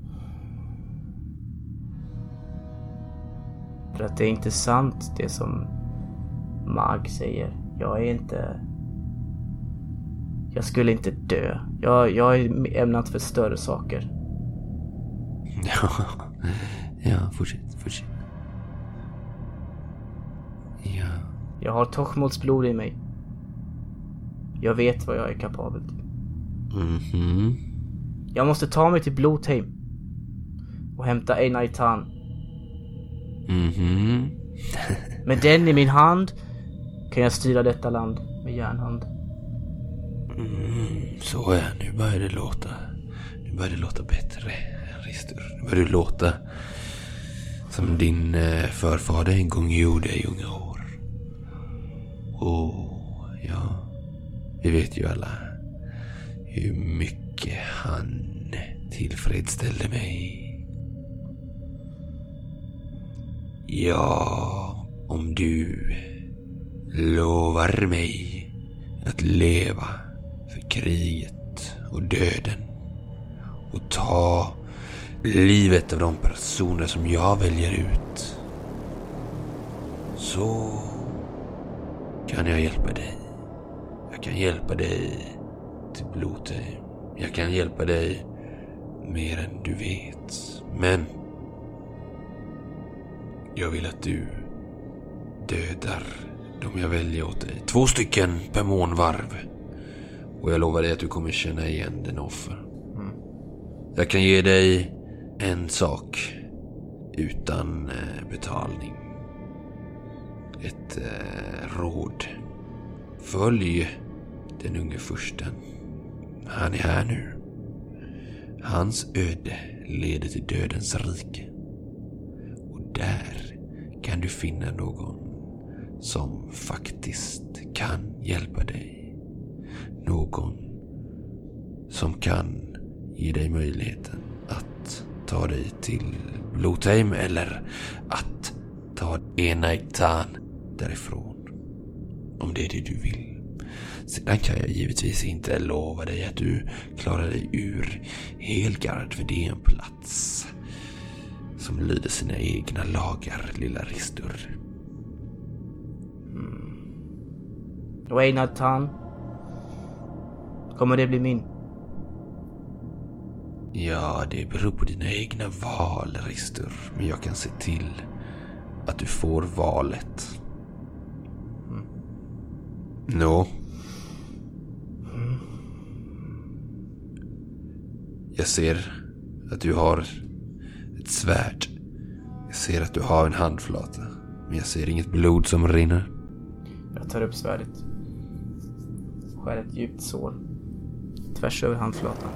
För att det är inte sant det som Mag säger. Jag är inte... Jag skulle inte dö. Jag, jag är ämnat för större saker. Ja, ja fortsätt, fortsätt. Ja. Jag har Tochmolds blod i mig. Jag vet vad jag är kapabel till. Mhm. Jag måste ta mig till Blotheim och hämta Enaitan. Mhm. Med den i min hand kan jag styra detta land med järnhand. Mm, så är nu börjar det låta. Nu börjar det låta bättre, Ristur. Nu börjar det låta som din eh, förfader en gång gjorde i unga år. Och ja, vi vet ju alla hur mycket han tillfredsställde mig. Ja, om du lovar mig att leva för kriget och döden och ta livet av de personer som jag väljer ut, så kan jag hjälpa dig. Jag kan hjälpa dig till Blotheim. Jag kan hjälpa dig mer än du vet. Men Jag vill att du dödar de jag väljer åt dig. Två stycken per månvarv. Och jag lovar dig att du kommer känna igen den offer. Mm. Jag kan ge dig en sak utan eh, betalning. Ett eh, råd. Följ den unge fursten. Han är här nu. Hans öde leder till dödens rike. Och där kan du finna någon som faktiskt kan hjälpa dig. Någon som kan ge dig möjligheten att ta dig till Blotheim eller att ta Enaitan därifrån. Om det är det du vill. Sedan kan jag givetvis inte lova dig att du klarar dig ur Helgard, för det är en plats som lyder sina egna lagar, lilla Ristur. Mm. Och Enaitan, kommer det bli min? Ja, det beror på dina egna val, Ristur. Men jag kan se till att du får valet. Mm. Nå? Mm. Jag ser att du har ett svärd. Jag ser att du har en handflata. Men jag ser inget blod som rinner. Jag tar upp svärdet. Skär ett djupt sår tvärs över handflatan.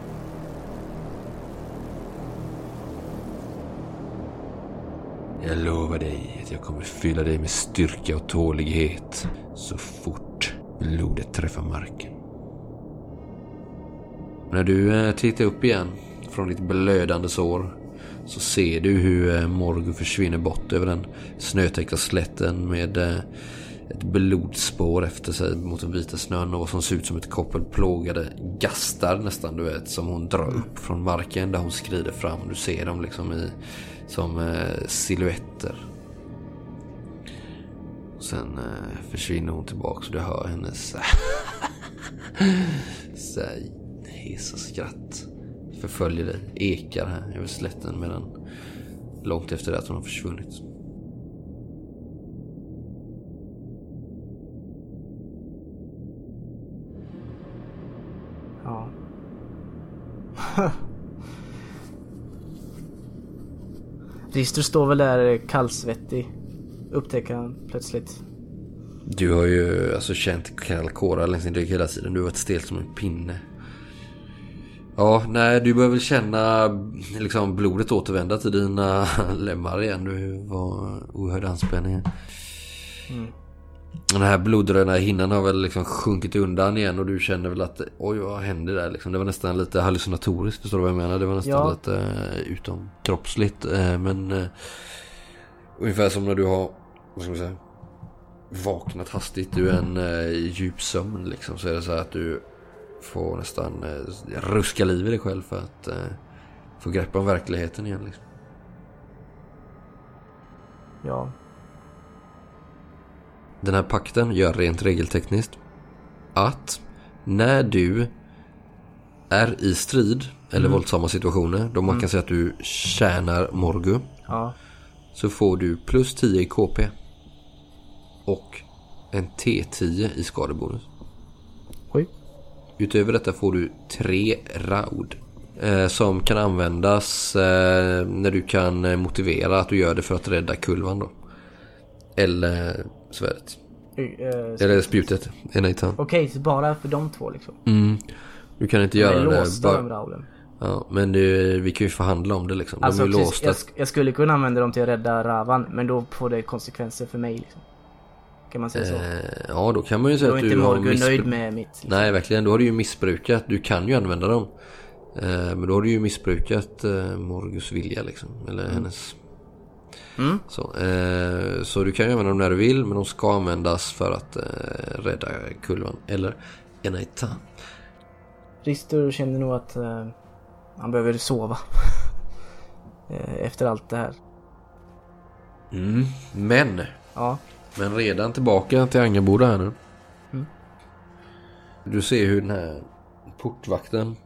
Jag lovar dig att jag kommer fylla dig med styrka och tålighet så fort blodet träffar marken. När du tittar upp igen från ditt blödande sår så ser du hur Morgo försvinner bort över den snötäckta slätten med ett blodspår efter sig mot den vita snön och vad som ser ut som ett koppel plågade gastar nästan, du vet, som hon drar upp från marken där hon skrider fram. Du ser dem liksom i som eh, silhuetter. Och sen eh, försvinner hon tillbaka så du hör hennes så hiss och skratt förföljer dig, ekar här över slätten medan långt efter det att hon har försvunnit. Ja. Ristur står väl där kallsvettig, upptäcker han plötsligt. Du har ju alltså känt kallkåra längs din rygg hela tiden. Du har varit stel som en pinne. Ja, nej, du börjar väl känna liksom blodet återvända till dina lemmar igen. Du var oerhörd anspänning. Mm. Den här blodröna hinnan har väl liksom sjunkit undan igen och du känner väl att oj, vad hände där liksom? Det var nästan lite hallucinatoriskt, förstår du vad jag menar? Det var nästan ja. lite uh, utom kroppsligt uh, men uh, ungefär som när du har, vad ska man säga, vaknat hastigt ur en uh, djup sömn liksom, så är det så här att du får nästan uh, ruska liv i dig själv för att uh, få grepp om verkligheten igen liksom. Ja. Den här pakten gör rent regeltekniskt att när du är i strid eller mm. våldsamma situationer, då man mm. kan säga att du tjänar Morgo, ja. så får du plus tio i K P och en T tio i skadebonus. Oj. Utöver detta får du tre raud eh, som kan användas eh, när du kan motivera att du gör det för att rädda kulvan då. Eller svärdet. Uh, Eller spjutet. Okej, okay, så bara för de två liksom. Mm. Du kan inte göra det. Bara... De ja, men det, vi kan ju förhandla om det liksom. De alltså, är precis, låsta. Jag, jag skulle kunna använda dem till att rädda Ravan, men då får det konsekvenser för mig liksom. Kan man säga så? Eh, ja, då kan man ju säga att du har inte missbru- nöjd med mitt. Liksom. Nej, verkligen. Då har du ju missbrukat. Du kan ju använda dem. Eh, men då har du ju missbrukat eh, Morgus vilja liksom. Eller mm. hennes... Mm. Så, eh, så du kan ju använda dem när du vill, men de ska användas för att eh, rädda kulvan eller Enaitan. Ristur känner nog att eh, han behöver sova eh, efter allt det här. Mm. Men ja. Men redan tillbaka till Angerboda här nu. Mm. Du ser hur den här portvakten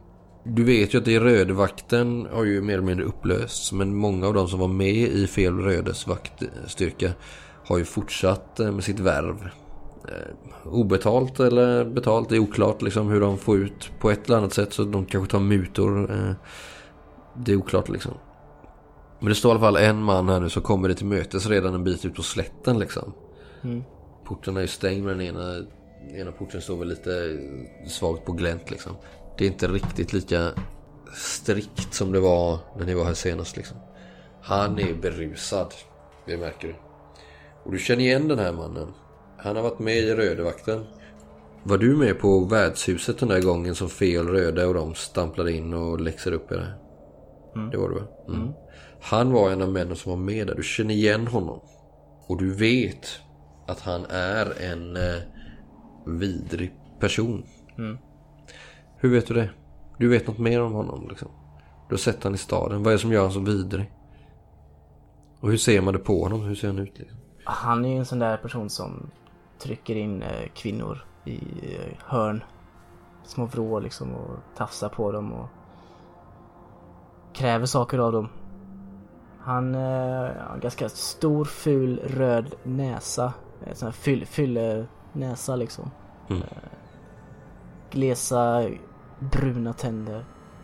Du vet ju att det rödvakten har ju mer eller mindre upplösts. Men många av de som var med i fel rödes vaktstyrka har ju fortsatt med sitt värv. Eh, obetalt eller betalt, det är oklart liksom hur de får ut på ett eller annat sätt. Så de kanske tar mutor. Eh, det är oklart liksom. Men det står i alla fall en man här nu som kommer det till mötes redan en bit ut på slätten liksom. Mm. Porten är ju stängd, men den ena, ena porten står väl lite svagt på glänt liksom. Det är inte riktigt lika strikt som det var när ni var här senast liksom. Han är berusad, det märker du. Och du känner igen den här mannen. Han har varit med i rödevakten. Var du med på värdshuset den där gången som fel röda och de stamplade in och läxade upp i det? Mm. Det var det va? Mm. Mm. Han var en av männen som var med där. Du känner igen honom. Och du vet att han är en eh, vidrig person. Mm. Hur vet du det? Du vet något mer om honom liksom. Du har sett han i staden. Vad är det som gör han så vidrig? Och hur ser man det på honom? Hur ser han ut liksom? Han är ju en sån där person som trycker in eh, kvinnor i eh, hörn. Små vrår liksom och tafsar på dem och kräver saker av dem. Han eh, har en ganska stor, ful, röd näsa. En sån här fyll, fylle näsa liksom. Mm. Eh, glesa, bruna tänder.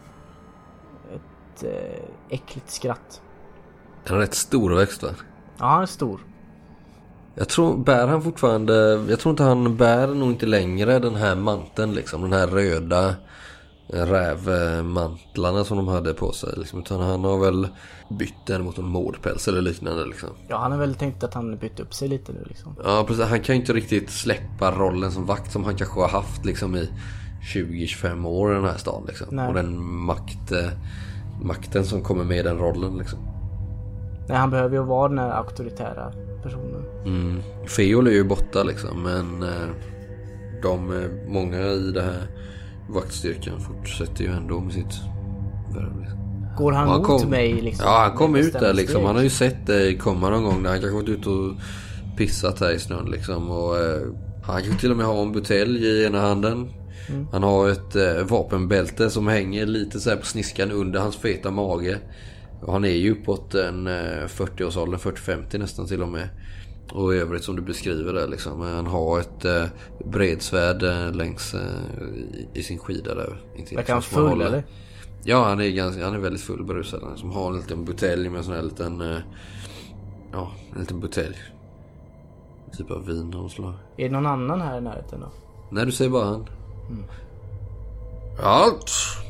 Ett eh, äckligt skratt. Han är rätt stor växt va? Ja, han är stor. Jag tror, bär han fortfarande... Jag tror inte han bär nog inte längre den här manteln liksom. Den här röda rävmantlarna som de hade på sig liksom. Utan han har väl bytt den mot en mårdpäls eller liknande liksom. Ja, han har väl tänkt att han bytt upp sig lite nu liksom. Ja, precis. Han kan ju inte riktigt släppa rollen som vakt som han kanske har haft liksom i tjugo till tjugofem år i den här stan liksom. Nej. Och den makt, makten som kommer med den rollen liksom. Nej, han behöver ju vara den här auktoritära personen. Mm. Feol är ju borta liksom. Men de, många i det här vaktstyrkan fortsätter ju ändå med sitt värv liksom. Går han, han mot kom, mig liksom? Ja, han kom ut där liksom. Han har ju sett det komma någon gång när han kanske varit ute och pissat här i snön liksom. Och eh, han kan till och med ha en butelj i ena handen. Mm. Han har ett eh, vapenbälte som hänger lite så här på sniskan under hans feta mage. Och han är ju uppåt en eh, fyrtio-årsåldern, fyrtio femtio nästan till och med. Och i övrigt som du beskriver det liksom. Han har ett eh, bredsvärd eh, längs eh, i, i sin skida där. Verkar han full eller? Ja, han är, ganska, han är väldigt full berusad. Som har en liten butelj med en sån här liten... Eh, ja, en liten butelj. Typ av vin och slag. Är det någon annan här i närheten då? Nej, du säger bara han. Mm. Halt!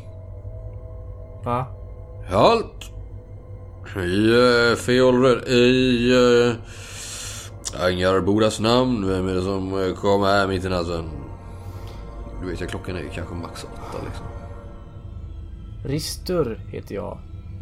Va? Halt! I uh, Feolröd, i uh, Angarbodas namn. Vem är det som uh, kommer här mitt i natten? Du vet, jag klockan är ju kanske max åtta liksom. Ristur heter jag.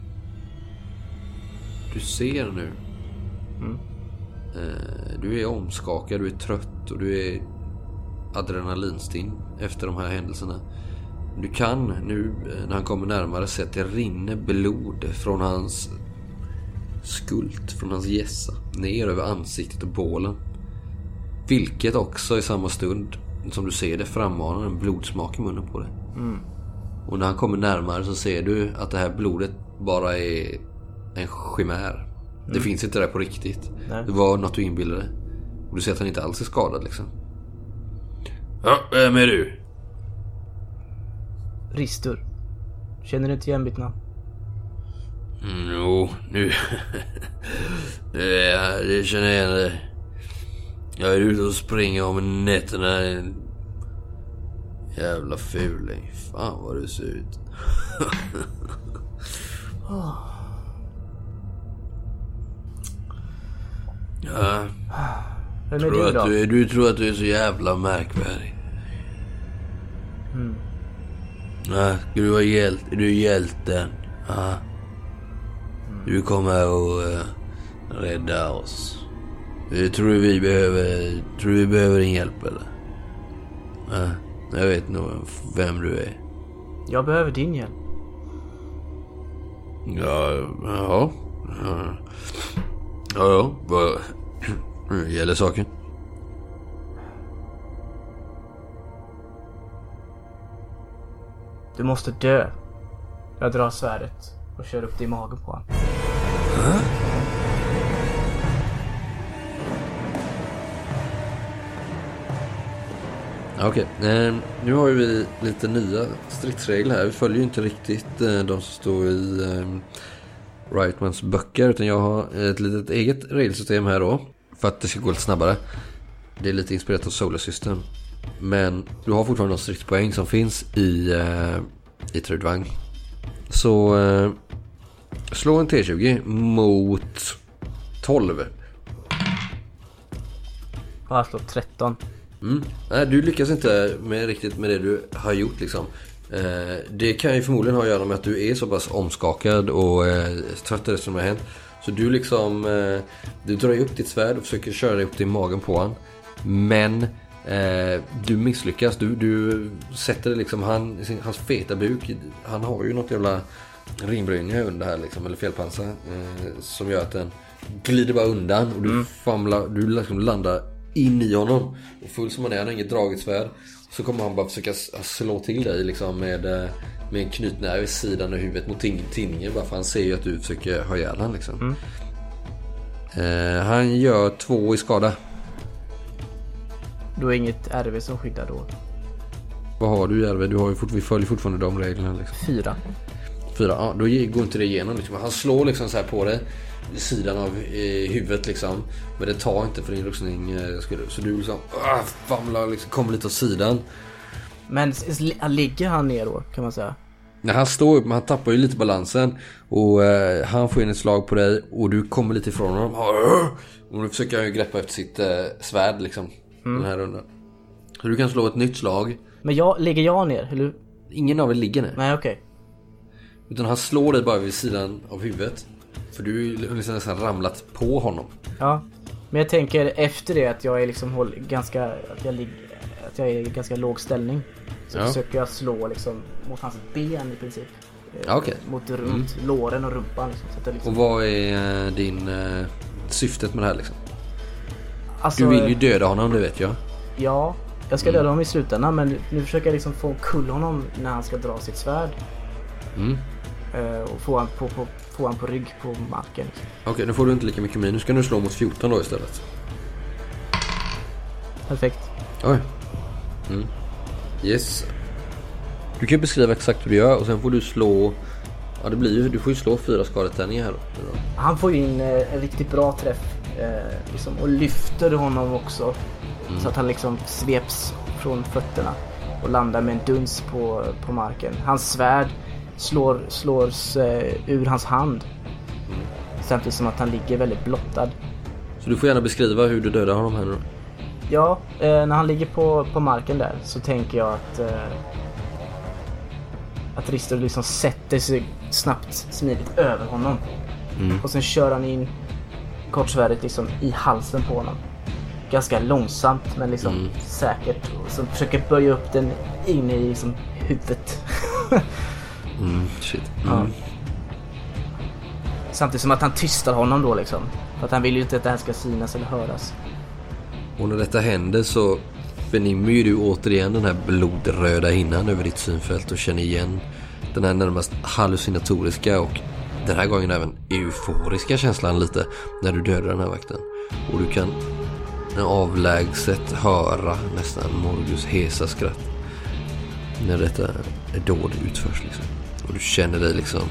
Du ser nu. Mm. Uh, du är omskakad, du är trött och du är adrenalinstinn efter de här händelserna. Du kan nu när han kommer närmare se att det rinner blod från hans skult, från hans gässa ner över ansiktet och bålen. Vilket också i samma stund som du ser det frammanar en blodsmak i munnen på det. Mm. Och när han kommer närmare så ser du att det här blodet bara är en chimär. Mm. Det finns inte där på riktigt. Nej. Det var något du inbillade. Och du ser att han inte alls är skadad liksom. Ja, vem är du? Ristur. Känner du inte igen mitt namn? Mm, jo, nu. Ja, det känner jag igen det. Jag är ute och springer om nätterna. Jävla fuling. Fan vad du ser ut. Ja. Vem är tror du att då? du, du tror att du är så jävla märkvärdig. Mm. Ja, du är hjälte, du är hjälten. Ja. Du kommer och uh, rädda oss. Tror du vi behöver Tror du vi behöver din hjälp eller? Ja, jag vet nog vem du är. Jag behöver din hjälp. Ja, ja. Ja, ja. Vad gäller saken? Du måste dö. Jag drar svärdet och kör upp det i magen på honom. Huh? Okej, okay. eh, nu har vi lite nya stridsregler här. Vi följer ju inte riktigt eh, de som står i eh, Wrightmans böcker, utan jag har ett litet eget regelsystem här då, för att det ska gå lite snabbare. Det är lite inspirerat av Solar System, men du har fortfarande de stridspoäng som finns i, eh, i Trudvang. Så eh, slå en T tjugo mot tolv. Jag har slått tretton. Mm. Nej, du lyckas inte med riktigt med det du har gjort liksom. eh, Det kan ju förmodligen ha att göra med att du är så pass omskakad och eh, trött av det som har hänt. Så du liksom eh, du drar upp ditt svärd och försöker köra upp till magen på han. Men eh, du misslyckas. Du, du sätter det liksom han, sin, hans feta buk. Han har ju något jävla ringbrynja under här liksom, eller felpansar, eh, som gör att den glider bara undan. Och du mm. famlar, du liksom landar in i honom. Och full som han är, han har inget draget svärd. Så kommer han bara försöka slå till dig liksom med, med en knytnäve i sidan av huvudet mot tinningen. Bara för han ser ju att du försöker ha ihjäl han liksom. Mm. eh, Han gör två i skada. Du har inget R V som skyddar då? Vad har du i R V? Du har ju fort, vi följer fortfarande de reglerna liksom. Fyra. Fyra, ja, då går inte det igenom liksom. Han slår liksom så här på det sidan av eh, huvudet liksom. Men det tar inte för din rustning eh, skulle, så du liksom ah, famlar liksom, kommer lite åt sidan. Men ligger han ner då, kan man säga? När han står upp, men han tappar ju lite balansen. Och eh, han får in ett slag på dig. Och du kommer lite ifrån honom. Och nu försöker han ju greppa efter sitt eh, svärd liksom, mm. den här rundan. Så du kan slå ett nytt slag. Men jag, ligger jag ner? Eller? Ingen av er ligger ner. Nej, okej okay. Utan han slår dig bara vid sidan av huvudet. För du har liksom nästan ramlat på honom. Ja, men jag tänker efter det att jag är liksom håll, ganska att jag, ligger, att jag är i ganska låg ställning. Så ja. försöker jag slå liksom mot hans ben i princip. Ja, okay. Mot runt mm. låren och rumpan liksom, så att det liksom... Och vad är din uh, syftet med det här liksom? Alltså, du vill ju döda honom, det vet jag. Ja, jag ska döda mm. honom i slutändan. Men nu försöker jag liksom få kull honom när han ska dra sitt svärd. Mm. Uh, och få han på, på, få han på rygg på marken. Okej, okay, nu får du inte lika mycket minus. Ska du slå mot fjorton då istället? Perfekt. Oj. Mm. Yes. Du kan beskriva exakt hur du gör och sen får du slå. Ja, det blir ju, du får ju slå fyra skadetärningar här då. Han får ju in eh, en riktigt bra träff eh, liksom, och lyfter honom också mm. så att han liksom sveps från fötterna och landar med en duns på, på marken. Hans svärd slår, slås eh, ur hans hand mm. samtidigt som att han ligger väldigt blottad. Så du får gärna beskriva hur du dödar honom här nu då. Ja, eh, när han ligger på, på marken där så tänker jag att eh, att Rister liksom sätter sig snabbt, smidigt över honom. Mm. Och sen kör han in kortsvärdet liksom i halsen på honom. Ganska långsamt men liksom mm. säkert. Och sen försöker böja upp den in i liksom huvudet. mm, shit. Mm. Ja. Samtidigt som att han tystar honom då liksom. För att han vill ju inte att det här ska synas eller höras. Och när detta händer så förnimmer ju du återigen den här blodröda hinnan över ditt synfält och känner igen den här närmast hallucinatoriska och den här gången även euforiska känslan lite när du dödar den här vakten. Och du kan avlägset höra nästan Morgus hesa skratt när detta är dåd utförs liksom. Och du känner dig liksom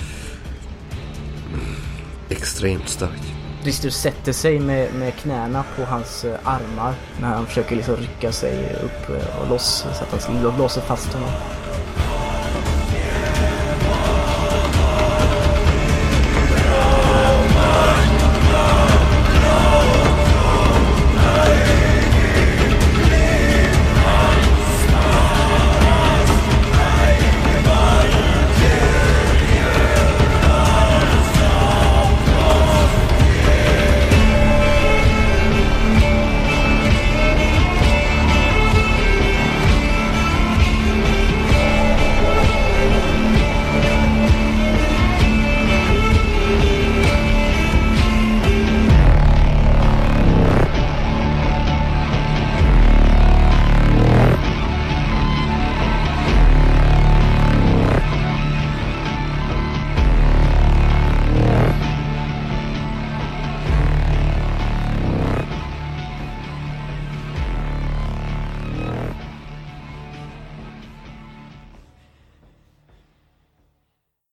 mm, extremt stark. Rister sätter sig med, med knäna på hans armar när han försöker liksom rycka sig upp och loss så att han låser fast honom.